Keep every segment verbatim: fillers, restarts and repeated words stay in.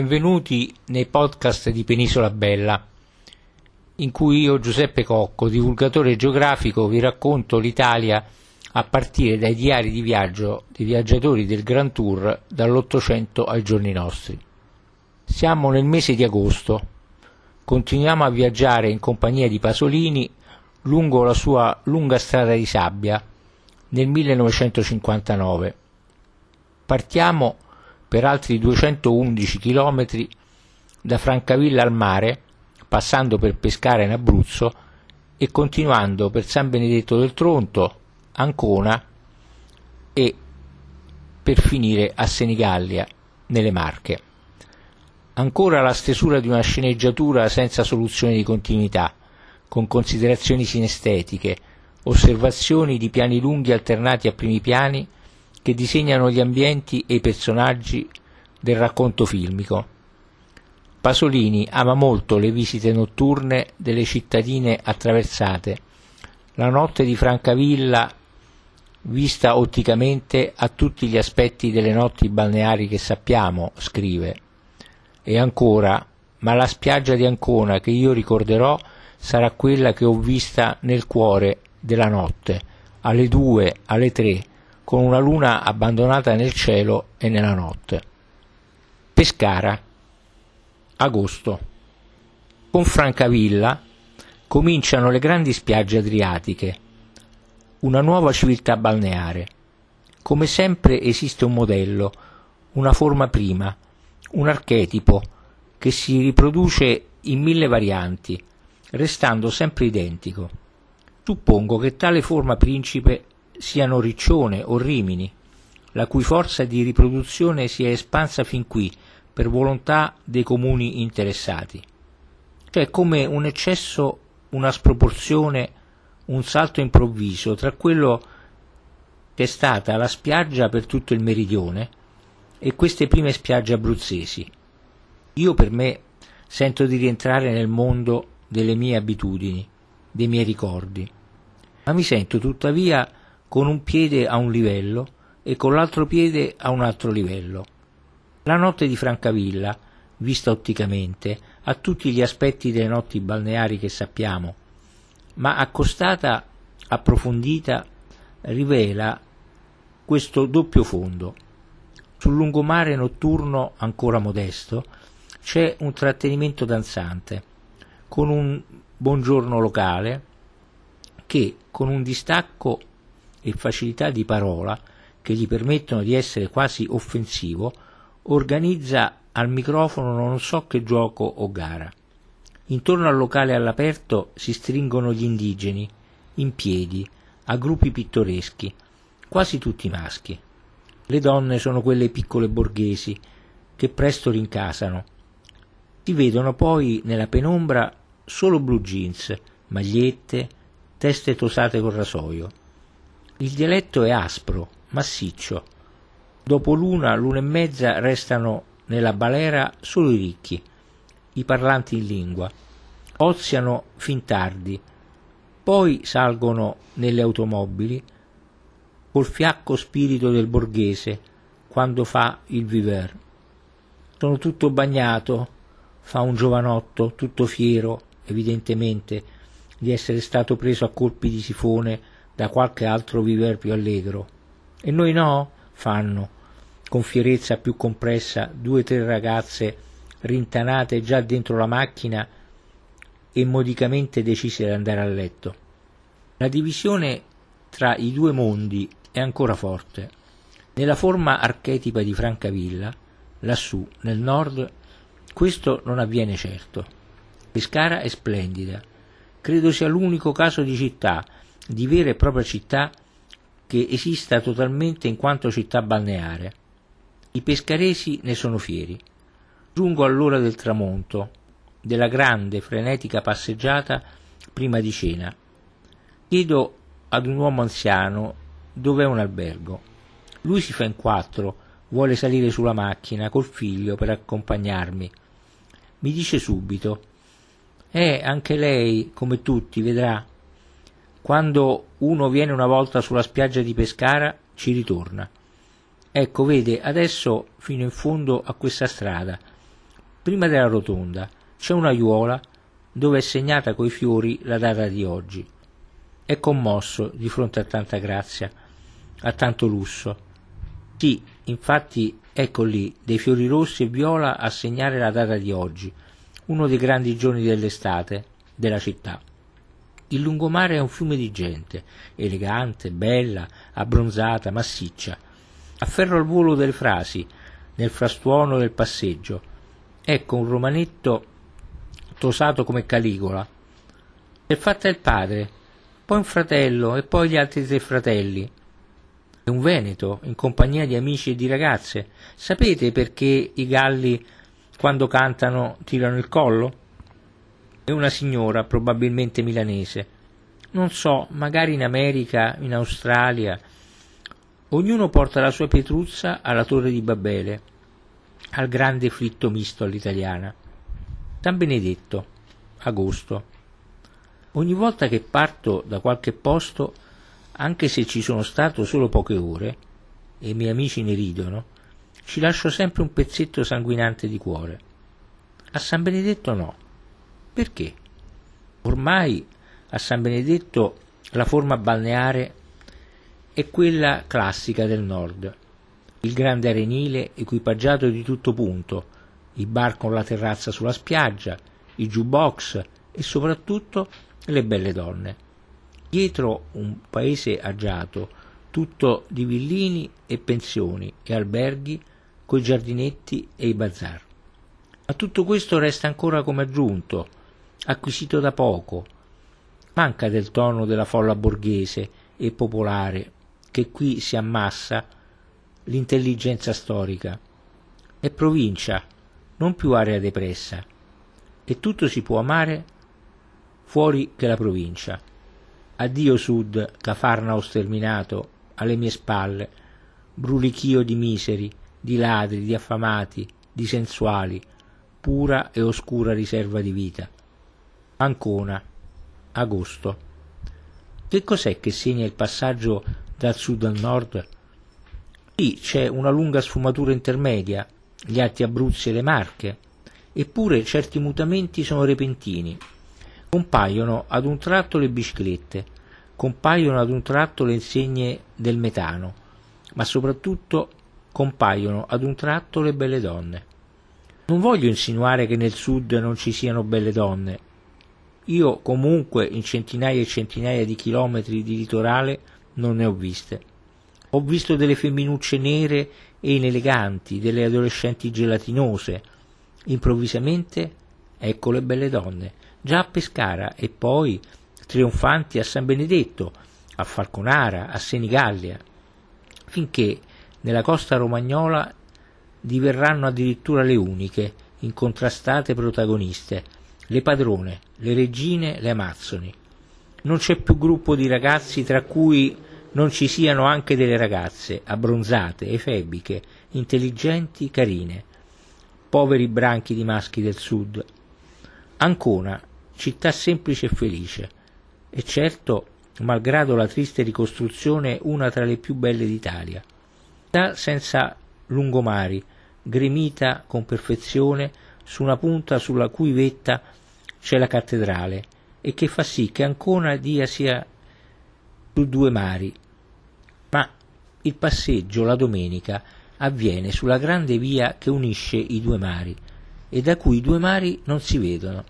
Benvenuti nei podcast di Penisola Bella, in cui io, Giuseppe Cocco, divulgatore geografico, vi racconto l'Italia a partire dai diari di viaggio dei viaggiatori del Grand Tour dall'Ottocento ai giorni nostri. Siamo nel mese di agosto, continuiamo a viaggiare in compagnia di Pasolini lungo la sua lunga strada di sabbia nel millenovecentocinquantanove. Partiamo per altri duecentoundici chilometri da Francavilla al mare, passando per Pescara in Abruzzo e continuando per San Benedetto del Tronto, Ancona e per finire a Senigallia, nelle Marche. Ancora la stesura di una sceneggiatura senza soluzione di continuità, con considerazioni sinestetiche, osservazioni di piani lunghi alternati a primi piani che disegnano gli ambienti e i personaggi del racconto filmico. Pasolini ama molto le visite notturne delle cittadine attraversate, la notte di Francavilla vista otticamente a tutti gli aspetti delle notti balneari che sappiamo, scrive. E ancora, ma la spiaggia di Ancona che io ricorderò sarà quella che ho vista nel cuore della notte, alle due, alle tre, con una luna abbandonata nel cielo e nella notte. Pescara, agosto. Con Francavilla cominciano le grandi spiagge adriatiche, una nuova civiltà balneare. Come sempre esiste un modello, una forma prima, un archetipo che si riproduce in mille varianti, restando sempre identico. Suppongo che tale forma principe siano Riccione o Rimini, la cui forza di riproduzione si è espansa fin qui per volontà dei comuni interessati. Cioè come un eccesso, una sproporzione, un salto improvviso tra quello che è stata la spiaggia per tutto il meridione e queste prime spiagge abruzzesi. Io per me sento di rientrare nel mondo delle mie abitudini, dei miei ricordi, ma mi sento tuttavia con un piede a un livello e con l'altro piede a un altro livello. La notte di Francavilla, vista otticamente, ha tutti gli aspetti delle notti balneari che sappiamo, ma accostata, approfondita, rivela questo doppio fondo. Sul lungomare notturno ancora modesto c'è un trattenimento danzante, con un buongiorno locale che, con un distacco e facilità di parola che gli permettono di essere quasi offensivo, organizza al microfono non so che gioco o gara. Intorno al locale all'aperto si stringono gli indigeni, in piedi, a gruppi pittoreschi, quasi tutti maschi. Le donne sono quelle piccole borghesi, che presto rincasano. Si vedono poi nella penombra solo blue jeans, magliette, teste tosate col rasoio. Il dialetto è aspro, massiccio. Dopo l'una, l'una e mezza restano nella balera solo i ricchi, i parlanti in lingua. Oziano fin tardi, poi salgono nelle automobili col fiacco spirito del borghese quando fa il viver. Sono tutto bagnato, fa un giovanotto tutto fiero, evidentemente, di essere stato preso a colpi di sifone da qualche altro viver più allegro. E noi no? Fanno, con fierezza più compressa, due o tre ragazze rintanate già dentro la macchina e modicamente decise ad andare a letto. La divisione tra i due mondi è ancora forte. Nella forma archetipa di Francavilla, lassù, nel nord, questo non avviene certo. Pescara è splendida. Credo sia l'unico caso di città, di vera e propria città, che esista totalmente in quanto città balneare. I pescaresi ne sono fieri. Giungo all'ora del tramonto, della grande, frenetica passeggiata prima di cena. Chiedo ad un uomo anziano dov'è un albergo. Lui si fa in quattro, vuole salire sulla macchina col figlio per accompagnarmi. Mi dice subito: Eh, anche lei, come tutti, vedrà. Quando uno viene una volta sulla spiaggia di Pescara, ci ritorna. Ecco, vede, adesso fino in fondo a questa strada, Prima della rotonda c'è una aiuola dove è segnata coi fiori la data di oggi. È commosso di fronte a tanta grazia, a tanto lusso. Sì, infatti ecco lì dei fiori rossi e viola a segnare la data di oggi, uno dei grandi giorni dell'estate della città. Il lungomare è un fiume di gente, elegante, bella, abbronzata, massiccia. Afferro al volo delle frasi, nel frastuono del passeggio. Ecco un romanetto tosato come Caligola. È fatta il padre, poi un fratello e poi gli altri tre fratelli. È un veneto, in compagnia di amici e di ragazze. Sapete perché i galli, quando cantano, tirano il collo? È una signora, probabilmente milanese. Non so, magari in America, in Australia. Ognuno porta la sua pietruzza alla Torre di Babele, al grande fritto misto all'italiana. San Benedetto, agosto. Ogni volta che parto da qualche posto, anche se ci sono stato solo poche ore, e i miei amici ne ridono, ci lascio sempre un pezzetto sanguinante di cuore. A San Benedetto no. Perché? Ormai a San Benedetto la forma balneare è quella classica del nord, il grande arenile equipaggiato di tutto punto, i bar con la terrazza sulla spiaggia, i jukebox e soprattutto le belle donne. Dietro un paese agiato, tutto di villini e pensioni e alberghi coi giardinetti e i bazar. Ma tutto questo resta ancora come aggiunto, acquisito da poco. Manca del tono della folla borghese e popolare che qui si ammassa l'intelligenza storica. È provincia, non più area depressa, e tutto si può amare fuori che la provincia. Addio sud, Cafarnao sterminato, alle mie spalle, brulichio di miseri, di ladri, di affamati, di sensuali, pura e oscura riserva di vita. Ancona, agosto. Che cos'è che segna il passaggio dal sud al nord? Lì c'è una lunga sfumatura intermedia, gli Alti Abruzzi e le Marche, eppure certi mutamenti sono repentini. Compaiono ad un tratto le biciclette, compaiono ad un tratto le insegne del metano, ma soprattutto compaiono ad un tratto le belle donne. Non voglio insinuare che nel sud non ci siano belle donne. Io comunque in centinaia e centinaia di chilometri di litorale non ne ho viste. Ho visto delle femminucce nere e ineleganti, delle adolescenti gelatinose. Improvvisamente ecco le belle donne, già a Pescara e poi trionfanti a San Benedetto, a Falconara, a Senigallia, finché nella costa romagnola diverranno addirittura le uniche, incontrastate protagoniste, le padrone, le regine, le amazzoni. Non c'è più gruppo di ragazzi tra cui non ci siano anche delle ragazze, abbronzate, efebiche, intelligenti, carine, poveri branchi di maschi del sud. Ancona, città semplice e felice, e certo, malgrado la triste ricostruzione, una tra le più belle d'Italia. Città senza lungomari, gremita con perfezione su una punta sulla cui vetta c'è la cattedrale e che fa sì che Ancona dia sia su due mari. Ma il passeggio la domenica avviene sulla grande via che unisce i due mari e da cui i due mari non si vedono.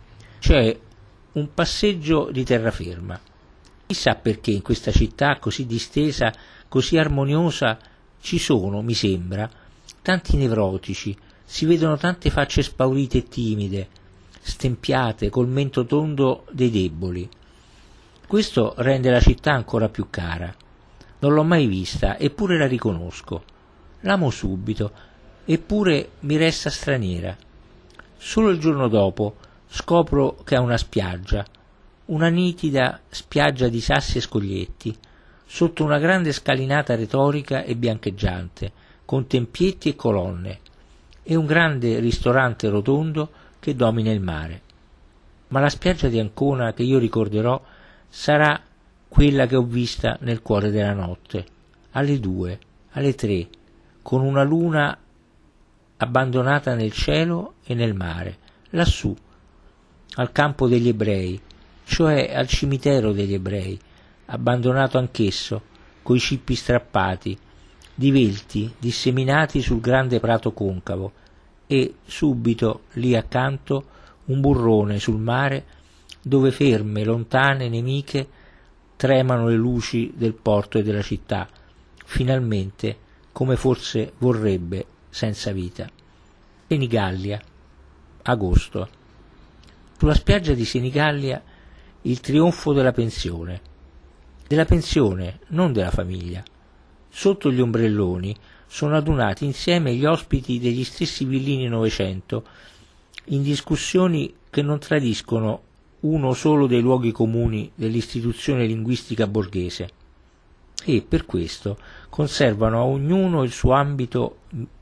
C'è un passeggio di terraferma. Chissà perché in questa città così distesa, così armoniosa, ci sono, mi sembra, tanti nevrotici, si vedono tante facce spaurite e timide, stempiate col mento tondo dei deboli. Questo rende la città ancora più cara. Non l'ho mai vista, eppure la riconosco. L'amo subito, eppure mi resta straniera. Solo il giorno dopo scopro che ha una spiaggia, una nitida spiaggia di sassi e scoglietti, sotto una grande scalinata retorica e biancheggiante, con tempietti e colonne, e un grande ristorante rotondo che domina il mare. Ma la spiaggia di Ancona che io ricorderò sarà quella che ho vista nel cuore della notte, alle due, alle tre, con una luna abbandonata nel cielo e nel mare, lassù, al campo degli ebrei, cioè al cimitero degli ebrei, abbandonato anch'esso, coi cippi strappati, divelti, disseminati sul grande prato concavo, e subito, lì accanto, un burrone sul mare, dove ferme, lontane, nemiche, tremano le luci del porto e della città, finalmente, come forse vorrebbe, senza vita. Senigallia, agosto. Sulla spiaggia di Senigallia il trionfo della pensione. Della pensione, non della famiglia. Sotto gli ombrelloni sono adunati insieme gli ospiti degli stessi villini Novecento, in discussioni che non tradiscono uno solo dei luoghi comuni dell'istituzione linguistica borghese, e per questo conservano a ognuno il suo ambito,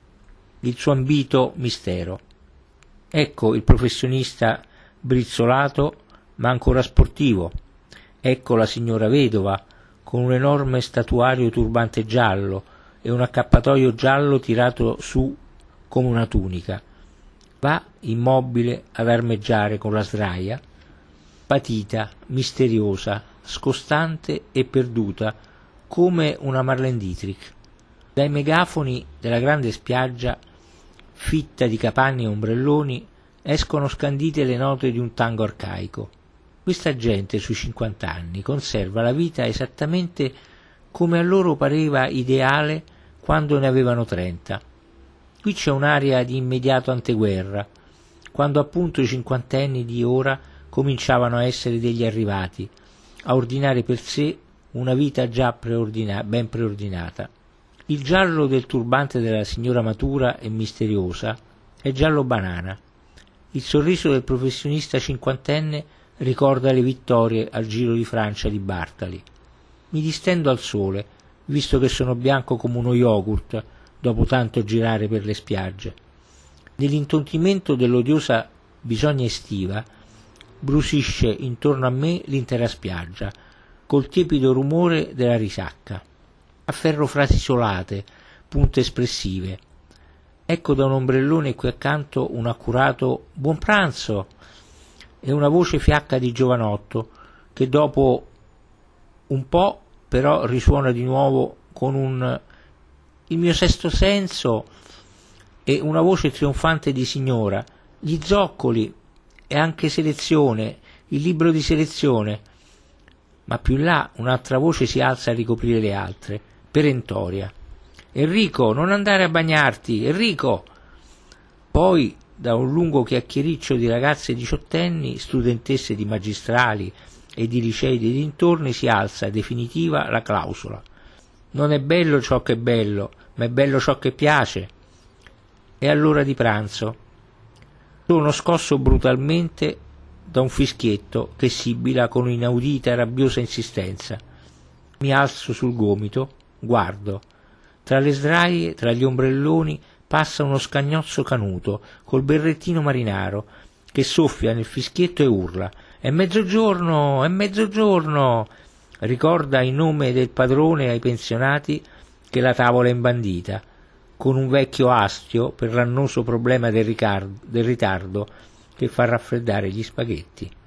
il suo ambito mistero. Ecco il professionista brizzolato ma ancora sportivo, ecco la signora vedova con un enorme statuario turbante giallo e un accappatoio giallo tirato su come una tunica. Va immobile ad armeggiare con la sdraia, patita, misteriosa, scostante e perduta come una Marlene Dietrich. Dai megafoni della grande spiaggia, fitta di capanne e ombrelloni, escono scandite le note di un tango arcaico. Questa gente sui cinquant'anni conserva la vita esattamente come a loro pareva ideale quando ne avevano trenta. Qui c'è un'aria di immediato anteguerra, quando appunto i cinquantenni di ora cominciavano a essere degli arrivati, a ordinare per sé una vita già preordina- ben preordinata. Il giallo del turbante della signora matura e misteriosa è giallo banana. Il sorriso del professionista cinquantenne ricorda le vittorie al Giro di Francia di Bartali. Mi distendo al sole, visto che sono bianco come uno yogurt dopo tanto girare per le spiagge. Nell'intontimento dell'odiosa bisogna estiva brusisce intorno a me l'intera spiaggia, col tiepido rumore della risacca. Afferro frasi isolate, punte espressive. Ecco da un ombrellone qui accanto un accurato «Buon pranzo!» e una voce fiacca di giovanotto che dopo un po' però risuona di nuovo con un «Il mio sesto senso» e una voce trionfante di signora «Gli zoccoli e anche selezione, il libro di selezione». Ma più in là un'altra voce si alza a ricoprire le altre, perentoria. «Enrico, non andare a bagnarti, Enrico!» Poi, da un lungo chiacchiericcio di ragazze diciottenni, studentesse di magistrali e di licei dei dintorni, si alza definitiva la clausola. «Non è bello ciò che è bello, ma è bello ciò che piace». È all'ora di pranzo. Sono scosso brutalmente da un fischietto che sibila con inaudita e rabbiosa insistenza. Mi alzo sul gomito, guardo. Tra le sdraie, tra gli ombrelloni, passa uno scagnozzo canuto, col berrettino marinaro, che soffia nel fischietto e urla «È mezzogiorno! È mezzogiorno!» Ricorda in nome del padrone ai pensionati che la tavola è imbandita, con un vecchio astio per l'annoso problema del, ricardo, del ritardo che fa raffreddare gli spaghetti.